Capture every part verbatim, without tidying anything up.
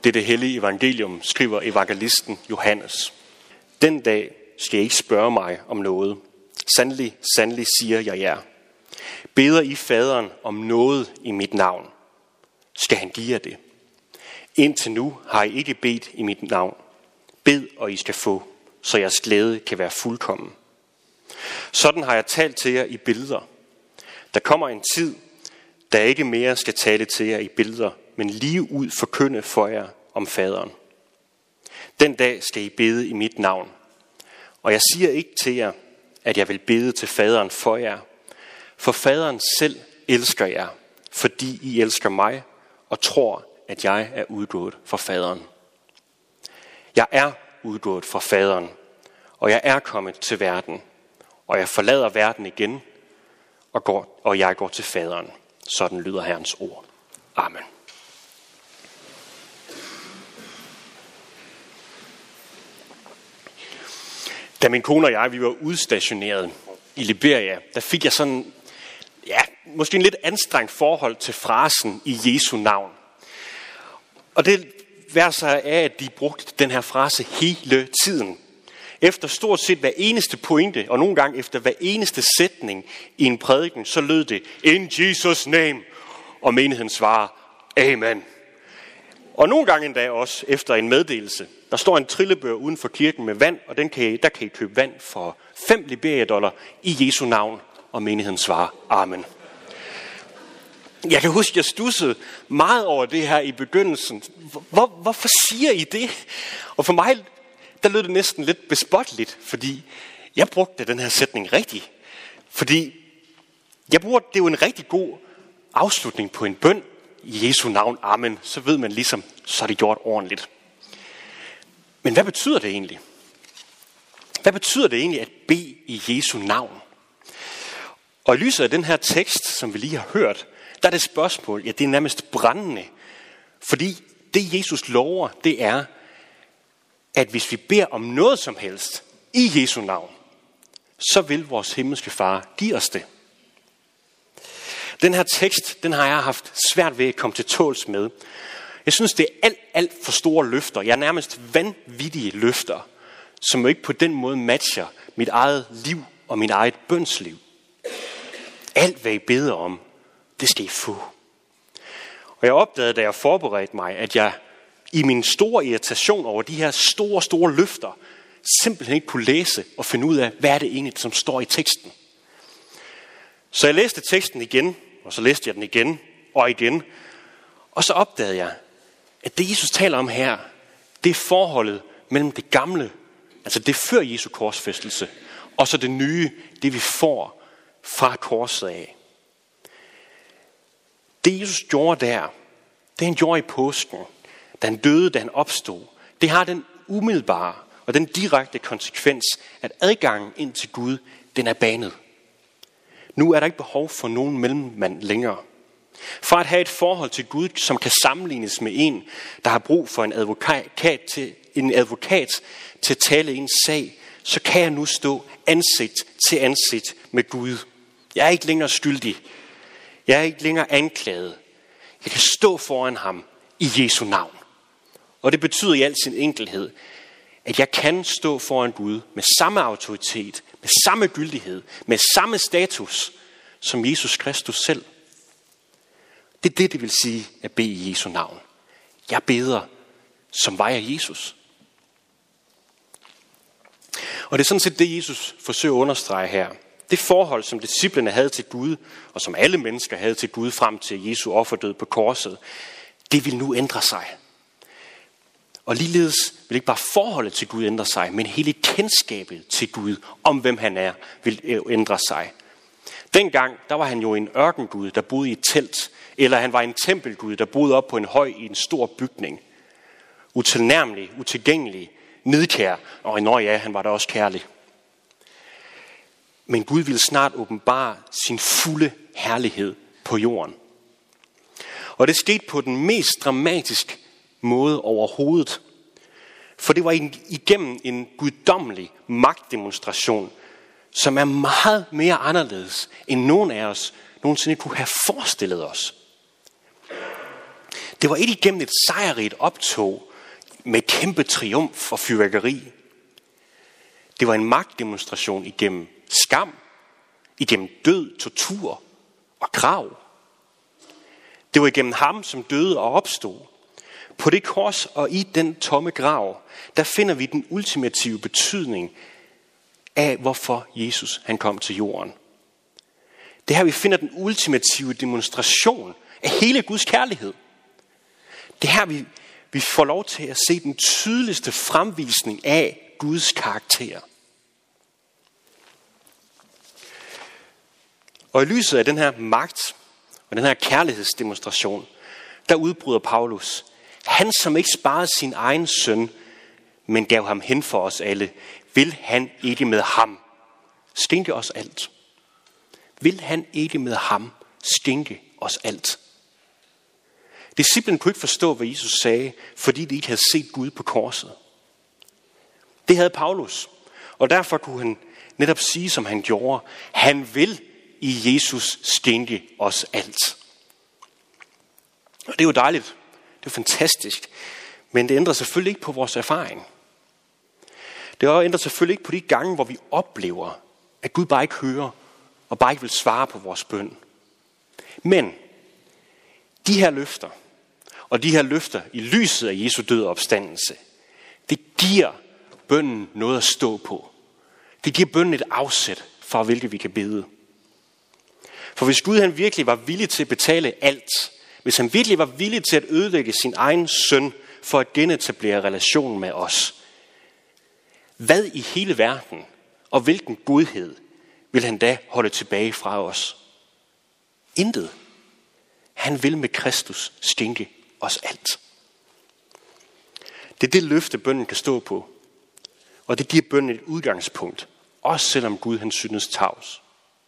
Dette hellige evangelium skriver evangelisten Johannes. Den dag skal I ikke spørge mig om noget. Sandelig, sandelig siger jeg jer. Beder I faderen om noget i mit navn, skal han give jer det. Indtil nu har I ikke bedt i mit navn. Bed, og I skal få, så jeres glæde kan være fuldkommen. Sådan har jeg talt til jer i billeder. Der kommer en tid, da jeg ikke mere skal tale til jer i billeder, men lige ud forkynde for jer om faderen. Den dag skal I bede i mit navn. Og jeg siger ikke til jer, at jeg vil bede til faderen for jer. For faderen selv elsker jer, fordi I elsker mig og tror, at jeg er udgået fra faderen. Jeg er udgået fra faderen, og jeg er kommet til verden. Og jeg forlader verden igen, og, går, og jeg går til faderen. Sådan lyder Herrens ord. Amen. Da min kone og jeg vi var udstationeret i Liberia, der fik jeg sådan, ja, måske en lidt anstrengt forhold til frasen i Jesu navn. Og det vær sig af, at de brugte den her frase hele tiden. Efter stort set hver eneste pointe, og nogle gange efter hver eneste sætning i en prædiken, så lød det, in Jesus name, og menigheden svarer, amen. Og nogle gange endda også efter en meddelelse. Der står en trillebør uden for kirken med vand, og den kan I, der kan I købe vand for fem Liberia-dollar i Jesu navn, og menigheden svarer, amen. Jeg kan huske, jeg stussede meget over det her i begyndelsen. Hvor, hvorfor siger I det? Og for mig, der lød det næsten lidt bespotteligt, fordi jeg brugte den her sætning rigtigt. Fordi jeg bruger, det er jo en rigtig god afslutning på en bøn i Jesu navn, amen. Så ved man ligesom, så er det gjort ordentligt. Men hvad betyder det egentlig? Hvad betyder det egentlig at bede i Jesu navn? Og i lyset af den her tekst, som vi lige har hørt, der er det spørgsmål, ja, det er nærmest brændende. Fordi det Jesus lover, det er, at hvis vi beder om noget som helst i Jesu navn, så vil vores himmelske far give os det. Den her tekst, den har jeg haft svært ved at komme til tåls med. Jeg synes, det er alt, alt for store løfter. Jeg er nærmest vanvittige løfter, som jo ikke på den måde matcher mit eget liv og mit eget bønsliv. Alt, hvad I beder om, det skal I få. Og jeg opdagede, da jeg forberedte mig, at jeg i min store irritation over de her store, store løfter, simpelthen ikke kunne læse og finde ud af, hvad er det egentlig, som står i teksten. Så jeg læste teksten igen, og så læste jeg den igen og igen. Og så opdagede jeg, at det Jesus taler om her, det er forholdet mellem det gamle, altså det før Jesu korsfæstelse, og så det nye, det vi får fra korset af. Det Jesus gjorde der, det han gjorde i påsken, da han døde, da han opstod, det har den umiddelbare og den direkte konsekvens, at adgangen ind til Gud, den er banet. Nu er der ikke behov for nogen mellemmand længere. For at have et forhold til Gud, som kan sammenlignes med en, der har brug for en advokat til, en advokat til at tale en sag, så kan jeg nu stå ansigt til ansigt med Gud. Jeg er ikke længere skyldig. Jeg er ikke længere anklaget. Jeg kan stå foran ham i Jesu navn. Og det betyder i al sin enkelhed, at jeg kan stå foran Gud med samme autoritet, med samme gyldighed, med samme status som Jesus Kristus selv. Det er det, det vil sige at bede i Jesu navn. Jeg beder, som var jeg Jesus. Og det er sådan set det, Jesus forsøger at understrege her. Det forhold, som disciplene havde til Gud, og som alle mennesker havde til Gud frem til Jesu offerdød på korset, det vil nu ændre sig. Og ligeledes vil ikke bare forholdet til Gud ændre sig, men hele kendskabet til Gud, om hvem han er, vil ændre sig. Dengang, der var han jo en ørkengud, der boede i et telt, eller han var en tempelgud, der boede op på en høj i en stor bygning. Utilnærmelig, utilgængelig, nidkær, og når ja, han var da også kærlig. Men Gud ville snart åbenbare sin fulde herlighed på jorden. Og det skete på den mest dramatiske måde overhovedet. For det var igennem en guddommelig magtdemonstration, som er meget mere anderledes, end nogen af os nogensinde kunne have forestillet os. Det var ikke igennem et sejrigt optog med kæmpe triumf og fyrværkeri. Det var en magtdemonstration igennem skam, igennem død, tortur og grav. Det var igennem ham, som døde og opstod. På det kors og i den tomme grav, der finder vi den ultimative betydning af, hvorfor Jesus han kom til jorden. Det er her, vi finder den ultimative demonstration af hele Guds kærlighed. Det er her, vi, vi får lov til at se den tydeligste fremvisning af Guds karakter. Og i lyset af den her magt og den her kærlighedsdemonstration, der udbryder Paulus: han, som ikke sparede sin egen søn, men gav ham hen for os alle, vil han ikke med ham skænke os alt? Vil han ikke med ham skænke os alt? Disciplen kunne ikke forstå, hvad Jesus sagde, fordi de ikke havde set Gud på korset. Det havde Paulus, og derfor kunne han netop sige, som han gjorde: han vil i Jesus skænke os alt. Og det er jo dejligt. Det er fantastisk. Men det ændrer selvfølgelig ikke på vores erfaring. Det ændrer selvfølgelig ikke på de gange, hvor vi oplever, at Gud bare ikke hører og bare ikke vil svare på vores bøn. Men de her løfter, og de her løfter i lyset af Jesu død og opstandelse, det giver bønnen noget at stå på. Det giver bønnen et afsæt for, hvilket vi kan bede. For hvis Gud han virkelig var villig til at betale alt, hvis han virkelig var villig til at ødelægge sin egen søn for at genetablere relationen med os, hvad i hele verden og hvilken godhed vil han da holde tilbage fra os? Intet. Han vil med Kristus skænke os alt. Det er det løfte, bønnen kan stå på. Og det giver bønnen et udgangspunkt, også selvom Gud han synes tavs.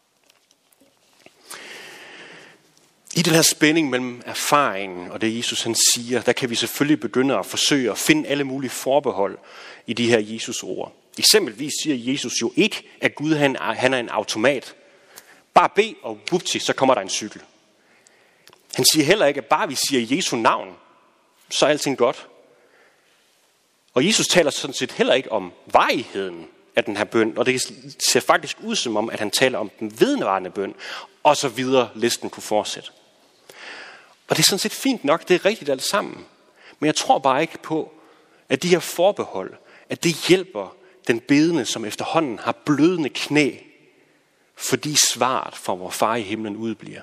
I den her spænding mellem erfaringen og det Jesus han siger, der kan vi selvfølgelig begynde at forsøge at finde alle mulige forbehold i de her Jesus ord. Eksempelvis siger Jesus jo ikke, at Gud han er, han er en automat. Bare bed, og whoopty, så kommer der en cykel. Han siger heller ikke, at bare vi siger Jesu navn, så er alting godt. Og Jesus taler sådan set heller ikke om varigheden af den her bøn, og det ser faktisk ud som om, at han taler om den vedvarende bøn, og så videre listen kunne fortsætte. Og det er sådan set fint nok, det er rigtigt alt sammen. Men jeg tror bare ikke på, at de her forbehold, at det hjælper den bedende, som efterhånden har blødende knæ, fordi svaret fra vor far i himlen udbliver.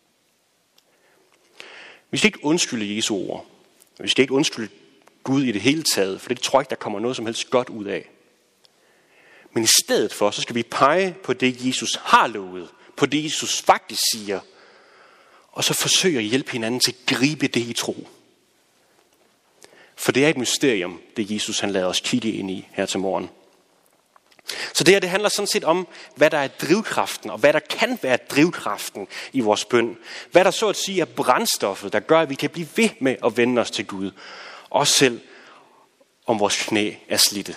Vi skal ikke undskylde Jesu ord. Vi skal ikke undskylde Gud i det hele taget, for det tror jeg ikke, der kommer noget som helst godt ud af. Men i stedet for, så skal vi pege på det, Jesus har lovet, på det, Jesus faktisk siger, og så forsøge at hjælpe hinanden til at gribe det i tro. For det er et mysterium, det Jesus han lader os kigge ind i her til morgen. Så det her, det handler sådan set om, hvad der er drivkraften, og hvad der kan være drivkraften i vores bøn. Hvad der så at sige er brændstoffet, der gør, at vi kan blive ved med at vende os til Gud. Også selv om vores knæ er slidte.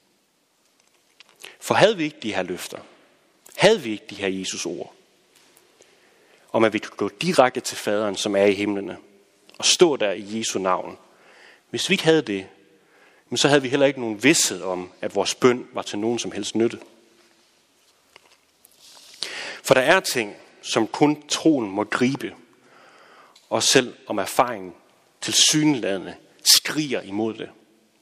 For havde vi ikke de her løfter, havde vi ikke de her Jesus ord, om at vi kan gå direkte til faderen, som er i himlene, og stå der i Jesu navn. Hvis vi ikke havde det, så havde vi heller ikke nogen vished om, at vores bøn var til nogen som helst nytte. For der er ting, som kun troen må gribe, og selv om erfaringen tilsyneladende skriger imod det.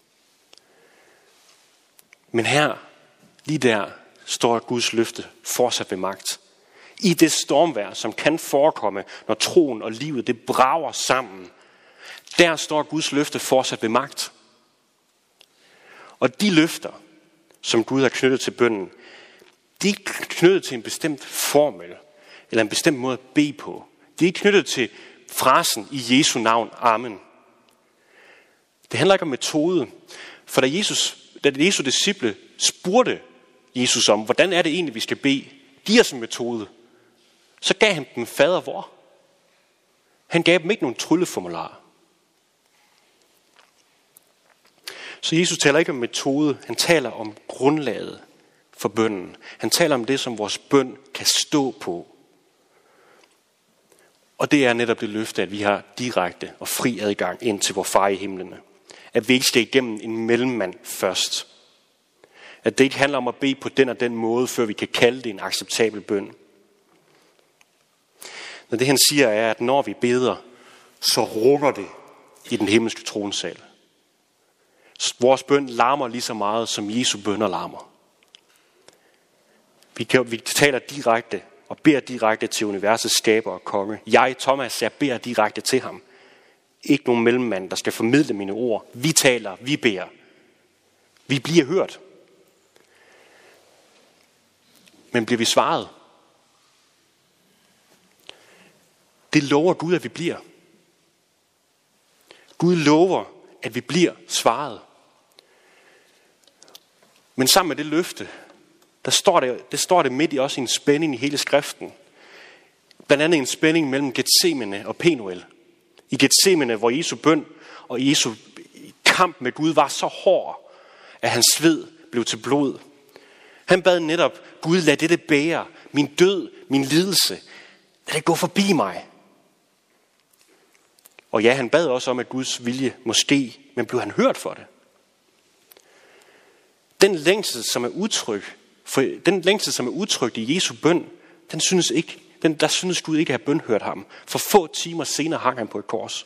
Men her, lige der, står Guds løfte fortsat ved magt. I det stormvejr, som kan forekomme, når troen og livet det brager sammen, der står Guds løfte fortsat ved magt. Og de løfter, som Gud har knyttet til bønnen, de er ikke knyttet til en bestemt formel, eller en bestemt måde at bede på. De er ikke knyttet til frasen i Jesu navn, amen. Det handler ikke om metode, for da Jesus, da Jesu disciple spurgte Jesus om, hvordan er det egentlig, vi skal bede, de er som metode, så gav han dem fader vor. Han gav dem ikke nogen trylleformularer. Så Jesus taler ikke om metode, han taler om grundlaget for bønnen. Han taler om det, som vores bøn kan stå på. Og det er netop det løfte, at vi har direkte og fri adgang ind til vor far i himlene. At vi ikke skal igennem en mellemmand først. At det ikke handler om at bede på den og den måde, før vi kan kalde det en acceptabel bøn. Når det han siger er, at når vi beder, så runger det i den himmelske tronsal. Vores bøn larmer lige så meget, som Jesu bønner larmer. Vi, kan, vi taler direkte og beder direkte til universets skaber og konge. Jeg, Thomas, jeg beder direkte til ham. Ikke nogen mellemmand, der skal formidle mine ord. Vi taler, vi beder. Vi bliver hørt. Men bliver vi svaret? Det lover Gud, at vi bliver. Gud lover, at vi bliver svaret. Men sammen med det løfte, der står det, det står det midt i også en spænding i hele skriften. Blandt andet en spænding mellem Getsemane og Penuel. I Getsemane, hvor Jesu bøn og Jesu kamp med Gud var så hård, at hans sved blev til blod. Han bad netop, Gud, lad dette bære, min død, min lidelse, lad det gå forbi mig. Og ja, han bad også om, at Guds vilje måske, men blev han hørt for det? Den længsel, som er udtryk, for den længsel, som er udtrykt i Jesu bøn, den synes ikke, den, der synes Gud ikke at have bønhørt ham. For få timer senere hang han på et kors.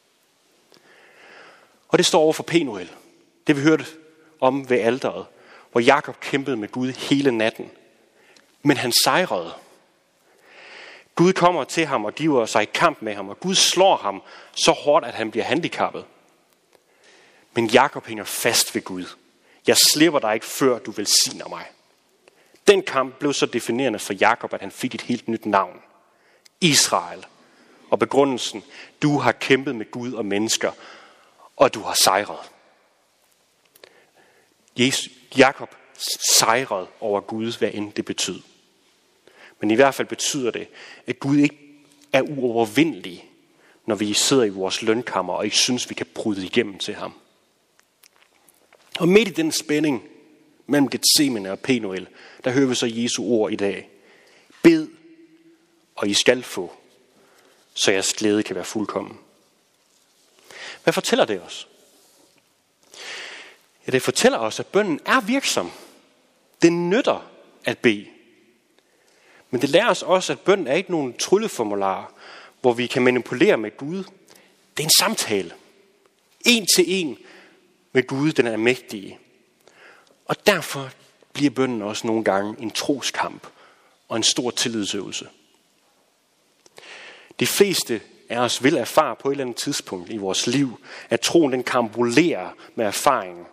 Og det står over for Penuel. Det vi hørte om ved alteret, hvor Jakob kæmpede med Gud hele natten. Men han sejrede. Gud kommer til ham og giver sig i kamp med ham, og Gud slår ham så hårdt, at han bliver handicappet. Men Jakob hænger fast ved Gud. Jeg slipper dig ikke, før du velsigner mig. Den kamp blev så definerende for Jakob, at han fik et helt nyt navn. Israel. Og begrundelsen, du har kæmpet med Gud og mennesker, og du har sejret. Jesus, Jakob sejrede over Gud, hvad end det betød. Men i hvert fald betyder det, at Gud ikke er uovervindelig, når vi sidder i vores lønkammer og ikke synes, vi kan bryde igennem til ham. Og midt i den spænding mellem Getsemane og Penuel, der hører vi så Jesu ord i dag. Bed, og I skal få, så jeres glæde kan være fuldkommen. Hvad fortæller det os? Ja, det fortæller os, at bønnen er virksom. Det nytter at bede. Men det lærer os også, at bønnen er ikke nogen trylleformular, hvor vi kan manipulere med Gud. Det er en samtale. En til en med Gud, den er mægtige. Og derfor bliver bønnen også nogle gange en troskamp og en stor tillidsøvelse. De fleste af os vil erfare på et eller andet tidspunkt i vores liv, at troen den karambolerer med erfaringen.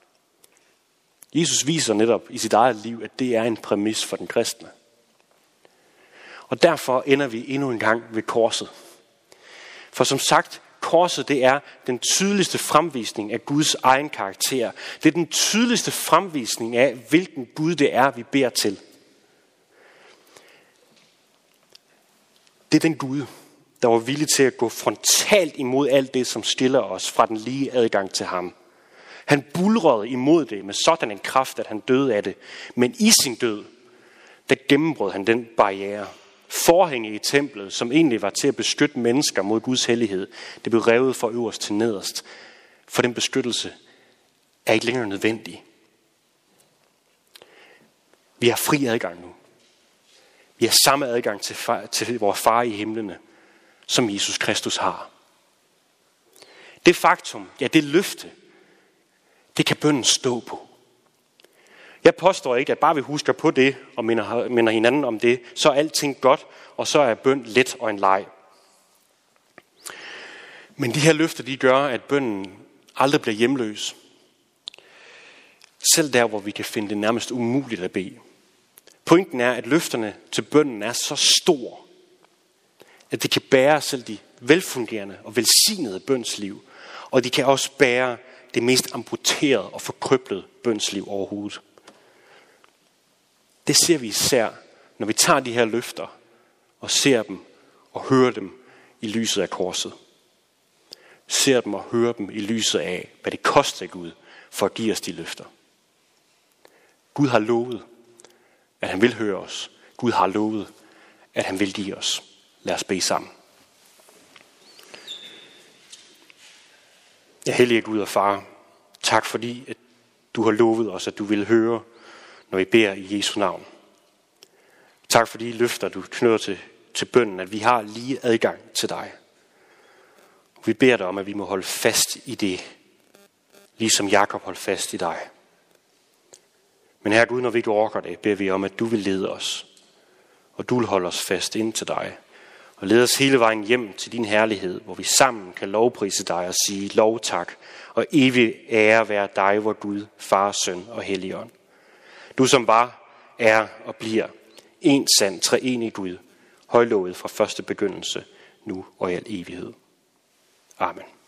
Jesus viser netop i sit eget liv, at det er en præmis for den kristne. Og derfor ender vi endnu en gang ved korset. For som sagt, korset det er den tydeligste fremvisning af Guds egen karakter. Det er den tydeligste fremvisning af, hvilken Gud det er, vi beder til. Det er den Gud, der var villig til at gå frontalt imod alt det, som stiller os fra den lige adgang til ham. Han bulrede imod det med sådan en kraft, at han døde af det. Men i sin død, der gennembrød han den barriere. Forhænge i templet, som egentlig var til at beskytte mennesker mod Guds hellighed, det blev revet fra øverst til nederst. For den beskyttelse er ikke længere nødvendig. Vi har fri adgang nu. Vi har samme adgang til, far, til vores far i himlene, som Jesus Kristus har. Det faktum, ja det løfte, det kan bønnen stå på. Jeg påstår ikke, at bare vi husker på det og minder, minder hinanden om det, så er alting godt, og så er bøn let og en leg. Men de her løfter, de gør, at bønnen aldrig bliver hjemløs. Selv der, hvor vi kan finde det nærmest umuligt at bede. Pointen er, at løfterne til bønnen er så store, at det kan bære selv de velfungerende og velsignede bønsliv, og de kan også bære det mest amputerede og forkrøblede bønsliv overhovedet. Det ser vi især, når vi tager de her løfter og ser dem og hører dem i lyset af korset. Ser dem og hører dem i lyset af, hvad det koster Gud for at give os de løfter. Gud har lovet, at han vil høre os. Gud har lovet, at han vil give os. Lad os bede sammen. Ja, hellige Gud og far, tak fordi at du har lovet os, at du vil høre, når vi beder i Jesu navn. Tak for de løfter, du knytter til, til bønnen, at vi har lige adgang til dig. Vi beder dig om, at vi må holde fast i det, ligesom Jakob holdt fast i dig. Men Herre Gud, når vi ikke orker det, beder vi om, at du vil lede os, og du vil holde os fast ind til dig, og lede os hele vejen hjem til din herlighed, hvor vi sammen kan lovprise dig og sige lov tak, og evig ære være dig, vor Gud, Far, Søn og Helligånd. Du som var, er og bliver en sand, treenig Gud, højlovet fra første begyndelse, nu og i al evighed. Amen.